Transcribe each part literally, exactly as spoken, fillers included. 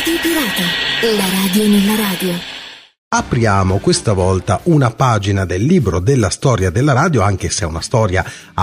Radio Pirata, la radio nella radio. Apriamo questa volta una pagina del libro della storia della radio, anche se è una storia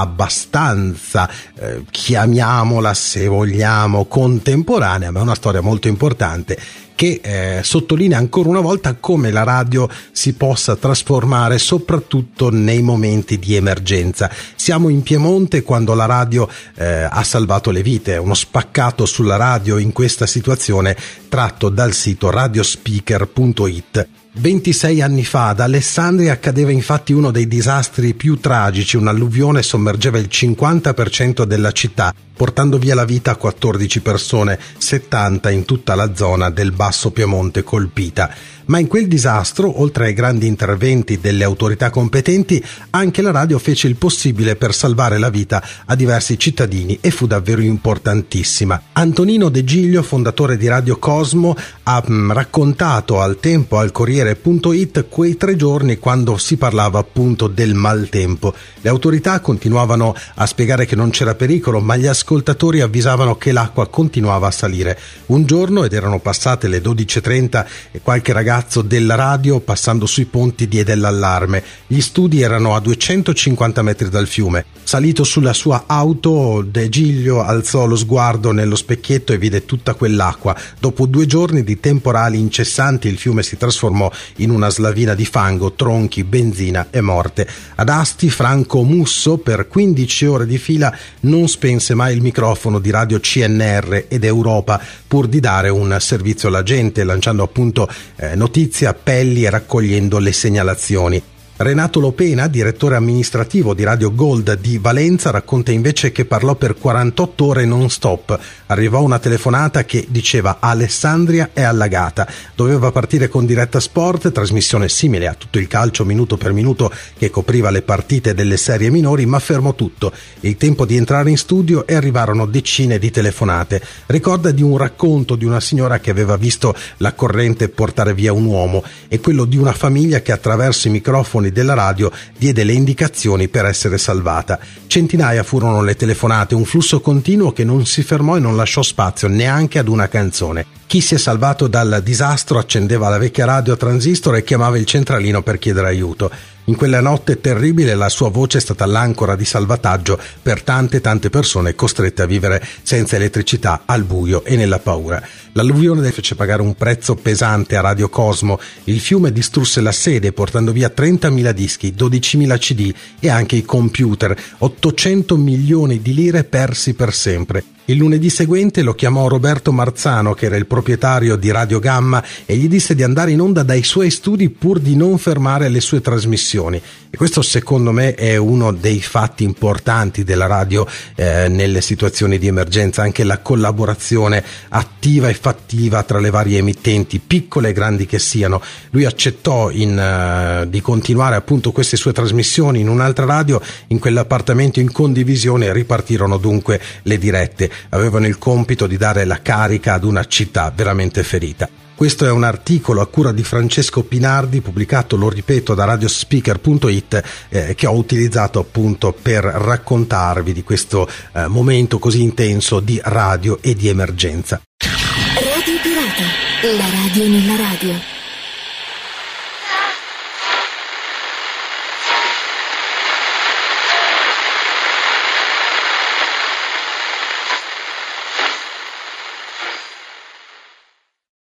abbastanza, eh, chiamiamola se vogliamo, contemporanea, ma è una storia molto importante che eh, sottolinea ancora una volta come la radio si possa trasformare soprattutto nei momenti di emergenza. Siamo in Piemonte quando la radio eh, ha salvato le vite, uno spaccato sulla radio in questa situazione tratto dal sito radiospeaker punto it. ventisei anni fa ad Alessandria accadeva infatti uno dei disastri più tragici, un'alluvione sommergeva il cinquanta per cento della città, portando via la vita a quattordici persone, settanta in tutta la zona del Basso Piemonte colpita. Ma in quel disastro, oltre ai grandi interventi delle autorità competenti, anche la radio fece il possibile per salvare la vita a diversi cittadini e fu davvero importantissima. Antonino De Giglio, fondatore di Radio Cosmo, ha mh, raccontato al tempo al Corriere punto it quei tre giorni quando si parlava appunto del maltempo. Le autorità continuavano a spiegare che non c'era pericolo, ma gli ascoltatori avvisavano che l'acqua continuava a salire. Un giorno, ed erano passate le dodici e trenta, e qualche ragazzo della radio passando sui ponti diede l'allarme. Gli studi erano a duecentocinquanta metri dal fiume. Salito sulla sua auto, De Giglio alzò lo sguardo nello specchietto e vide tutta quell'acqua. Dopo due giorni di temporali incessanti il fiume si trasformò in una slavina di fango, tronchi, benzina e morte. Ad Asti, Franco Musso per quindici ore di fila non spense mai il microfono di Radio C N R ed Europa pur di dare un servizio alla gente, lanciando appunto eh, notizie, appelli e raccogliendo le segnalazioni. Renato Lopena, direttore amministrativo di Radio Gold di Valenza, racconta invece che parlò per quarantotto ore non stop. Arrivò una telefonata che diceva Alessandria è allagata. Doveva partire con diretta sport, trasmissione simile a tutto il calcio minuto per minuto che copriva le partite delle serie minori, ma fermò tutto. Il tempo di entrare in studio e arrivarono decine di telefonate. Ricorda di un racconto di una signora che aveva visto la corrente portare via un uomo e quello di una famiglia che attraverso i microfoni della radio diede le indicazioni per essere salvata. Centinaia furono le telefonate, un flusso continuo che non si fermò e non lasciò spazio neanche ad una canzone. Chi si è salvato dal disastro accendeva la vecchia radio a transistor e chiamava il centralino per chiedere aiuto. In quella notte terribile la sua voce è stata l'ancora di salvataggio per tante tante persone costrette a vivere senza elettricità, al buio e nella paura. L'alluvione fece pagare un prezzo pesante a Radio Cosmo. Il fiume distrusse la sede portando via trentamila dischi, dodicimila C D e anche i computer, ottocento milioni di lire persi per sempre. Il lunedì seguente lo chiamò Roberto Marzano, che era il proprietario di Radio Gamma, e gli disse di andare in onda dai suoi studi pur di non fermare le sue trasmissioni. E questo secondo me è uno dei fatti importanti della radio eh, nelle situazioni di emergenza, anche la collaborazione attiva e fattiva tra le varie emittenti, piccole e grandi che siano. Lui accettò in, uh, di continuare appunto queste sue trasmissioni in un'altra radio, in quell'appartamento in condivisione ripartirono dunque le dirette. Avevano il compito di dare la carica ad una città veramente ferita. Questo è un articolo a cura di Francesco Pinardi, pubblicato, lo ripeto, da radiospeaker punto it, eh, che ho utilizzato appunto per raccontarvi di questo eh, momento così intenso di radio e di emergenza. Radio Pirata, la radio nella radio.